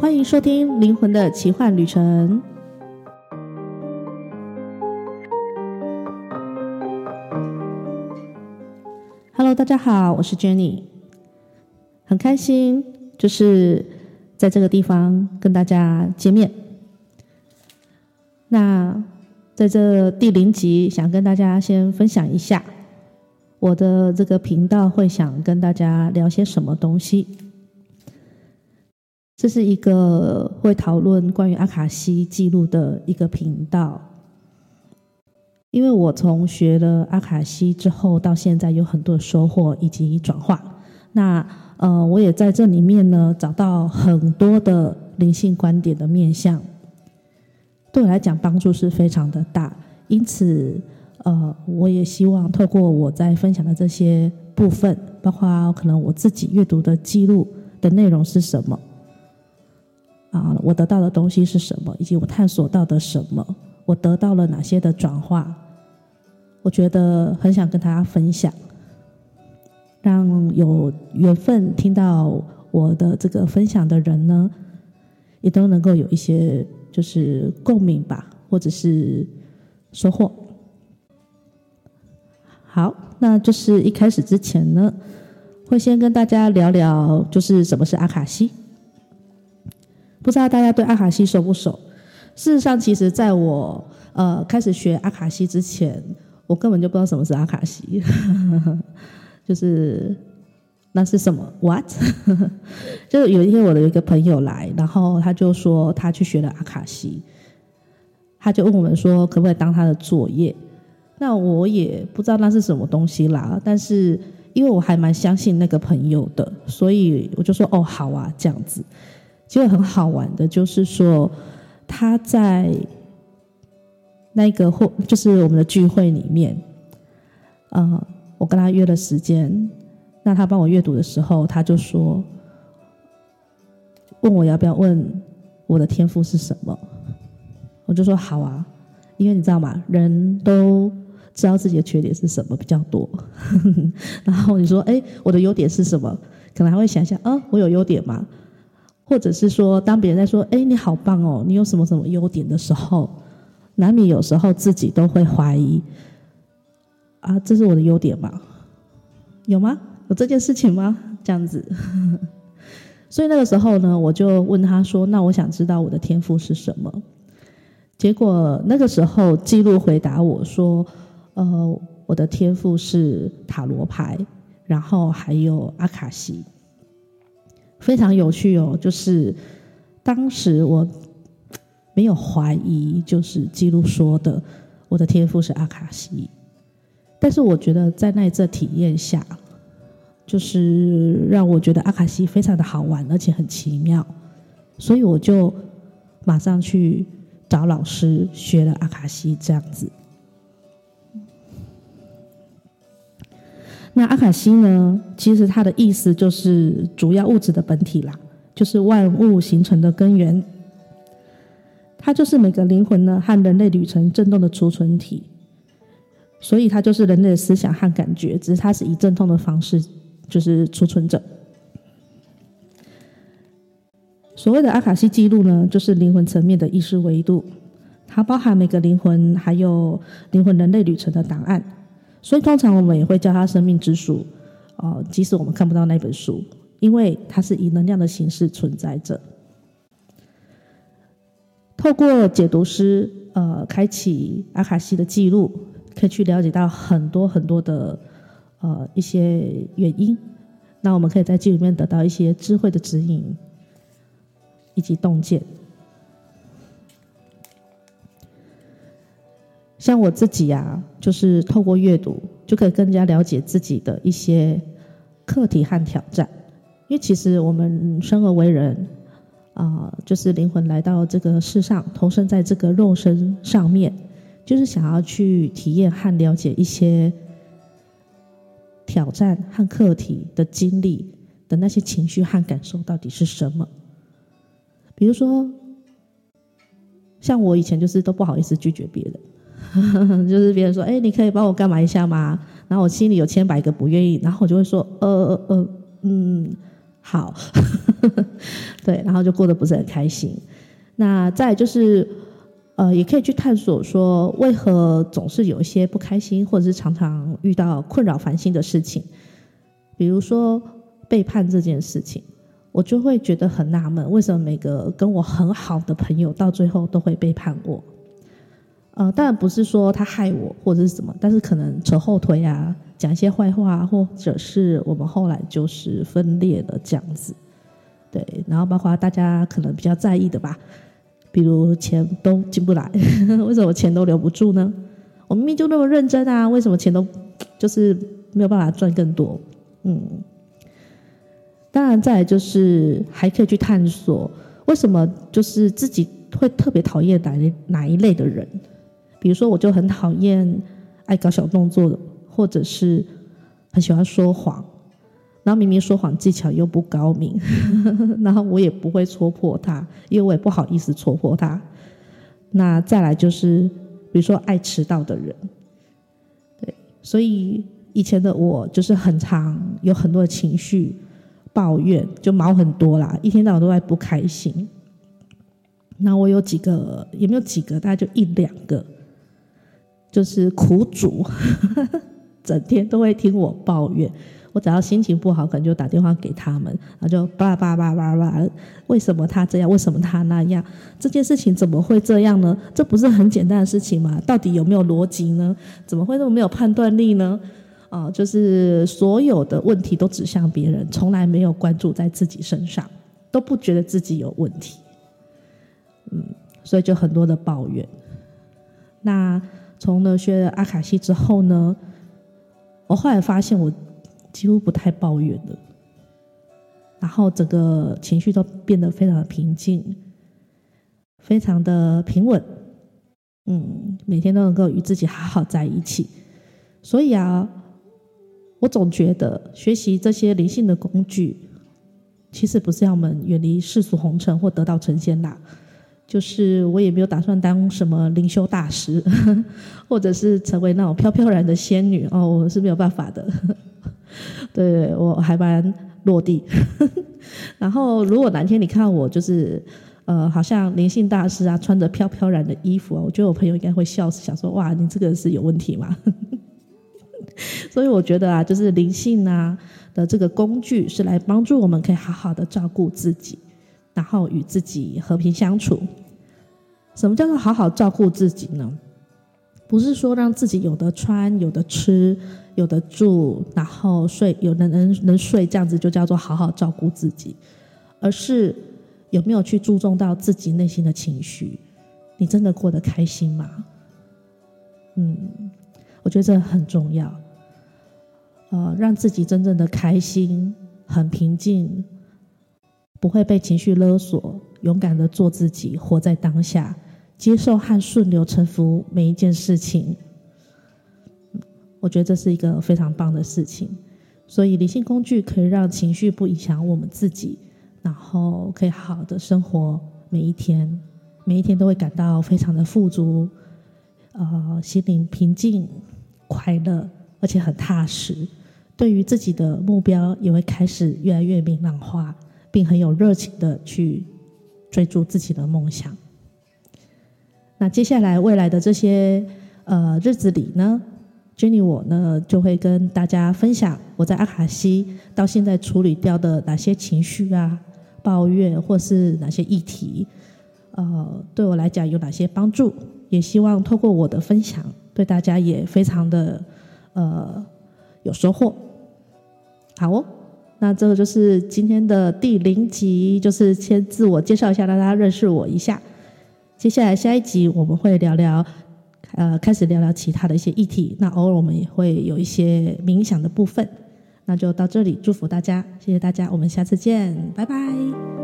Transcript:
欢迎收听灵魂的奇幻旅程。Hello， 大家好，我是 Jenny， 很开心就是在这个地方跟大家见面。那在这第0集，想跟大家先分享一下我的这个频道会想跟大家聊些什么东西。这是一个会讨论关于阿卡西记录的一个频道。因为我从学了阿卡西之后到现在有很多的收获以及转化，那我也在这里面呢找到很多的灵性观点的面向，对我来讲帮助是非常的大。因此我也希望透过我在分享的这些部分，包括可能我自己阅读的记录的内容是什么我得到的东西是什么，以及我探索到的什么，我得到了哪些的转化，我觉得很想跟大家分享，让有缘分听到我的这个分享的人呢，也都能够有一些就是共鸣吧，或者是收获。好，那就是一开始之前呢，会先跟大家聊聊就是什么是阿卡西。不知道大家对阿卡西熟不熟？事实上，其实在我开始学阿卡西之前，我根本就不知道什么是阿卡西，就是那是什么 ？What？ 就是有一天我的一个朋友来，然后他就说他去学了阿卡西，他就问我们说可不可以当他的作业。那我也不知道那是什么东西啦，但是因为我还蛮相信那个朋友的，所以我就说哦好啊这样子。结果很好玩的就是说他在那个就是我们的聚会里面我跟他约了时间，那他帮我阅读的时候，他就说问我要不要问我的天赋是什么。我就说好啊，因为你知道吗，人都知道自己的缺点是什么比较多然后你说我的优点是什么，可能还会想想我有优点吗？或者是说当别人在说你好棒哦，你有什么什么优点的时候，难免有时候自己都会怀疑这是我的优点吗？有吗？有这件事情吗？这样子所以那个时候呢，我就问他说那我想知道我的天赋是什么。结果那个时候记录回答我说我的天赋是塔罗牌，然后还有阿卡西。非常有趣哦，就是当时我没有怀疑，就是记录说的我的天赋是阿卡西，但是我觉得在那一次体验下，就是让我觉得阿卡西非常的好玩，而且很奇妙，所以我就马上去找老师学了阿卡西这样子。那阿卡西呢，其实它的意思就是主要物质的本体啦，就是万物形成的根源。它就是每个灵魂呢和人类旅程振动的储存体，所以它就是人类的思想和感觉，只是它是以振动的方式就是储存着。所谓的阿卡西记录呢，就是灵魂层面的意识维度，它包含每个灵魂还有灵魂人类旅程的档案。所以通常我们也会叫它生命之书即使我们看不到那本书，因为它是以能量的形式存在着。透过解读师开启阿卡西的记录，可以去了解到很多很多的一些原因，那我们可以在记录里面得到一些智慧的指引以及洞见。像我自己就是透过阅读就可以更加了解自己的一些课题和挑战。因为其实我们生而为人就是灵魂来到这个世上，投身在这个肉身上面，就是想要去体验和了解一些挑战和课题的经历的那些情绪和感受到底是什么。比如说像我以前就是都不好意思拒绝别人就是别人说你可以帮我干嘛一下吗？然后我心里有千百个不愿意，然后我就会说好对，然后就过得不是很开心。那再来就是也可以去探索说为何总是有一些不开心，或者是常常遇到困扰烦心的事情。比如说背叛这件事情，我就会觉得很纳闷，为什么每个跟我很好的朋友到最后都会背叛我。当然不是说他害我或者是什么，但是可能扯后腿啊，讲一些坏话，或者是我们后来就是分裂了这样子。对，然后包括大家可能比较在意的吧，比如钱都进不来为什么钱都留不住呢？我明明就那么认真啊，为什么钱都就是没有办法赚更多？当然再来就是还可以去探索为什么就是自己会特别讨厌哪一类的人。比如说我就很讨厌爱搞小动作的，或者是很喜欢说谎，然后明明说谎技巧又不高明然后我也不会戳破他，因为我也不好意思戳破他。那再来就是比如说爱迟到的人，对，所以以前的我就是很常有很多的情绪抱怨，就毛很多啦，一天到晚都在不开心。那我有几个，也没有几个，大概就1、2个就是苦主整天都会听我抱怨。我只要心情不好，可能就打电话给他们，然后就巴拉巴拉巴拉巴拉，为什么他这样，为什么他那样，这件事情怎么会这样呢？这不是很简单的事情吗？到底有没有逻辑呢？怎么会那么没有判断力呢？就是所有的问题都指向别人，从来没有关注在自己身上，都不觉得自己有问题。所以就很多的抱怨。那从了学了阿卡西之后呢，我后来发现我几乎不太抱怨了，然后整个情绪都变得非常的平静，非常的平稳。每天都能够与自己好好在一起。所以啊，我总觉得学习这些灵性的工具，其实不是要我们远离世俗红尘或得道成仙啦。就是我也没有打算当什么灵修大师或者是成为那种飘飘然的仙女我是没有办法的对，我还蛮落地然后如果哪天你看到我就是好像灵性大师啊，穿着飘飘然的衣服我觉得我朋友应该会笑死，想说哇，你这个是有问题吗所以我觉得啊，就是灵性啊的这个工具是来帮助我们可以好好的照顾自己，然后与自己和平相处。什么叫做好好照顾自己呢？不是说让自己有的穿有的吃有的住，然后睡有的能睡，这样子就叫做好好照顾自己，而是有没有去注重到自己内心的情绪，你真的过得开心吗？我觉得这很重要。让自己真正的开心，很平静，不会被情绪勒索，勇敢的做自己，活在当下，接受和顺流臣服每一件事情。我觉得这是一个非常棒的事情。所以理性工具可以让情绪不影响我们自己，然后可以好好的生活每一天，每一天都会感到非常的富足，心灵平静快乐，而且很踏实，对于自己的目标也会开始越来越明朗化，并很有热情的去追逐自己的梦想。那接下来未来的这些日子里呢，Jenny 我呢就会跟大家分享我在阿卡西到现在处理掉的哪些情绪啊、抱怨或是哪些议题，对我来讲有哪些帮助，也希望透过我的分享对大家也非常的有收获。好哦，那这个就是今天的第0集，就是先自我介绍一下，让大家认识我一下。接下来下一集我们会开始聊聊其他的一些议题，那偶尔我们也会有一些冥想的部分。那就到这里，祝福大家，谢谢大家，我们下次见，拜拜。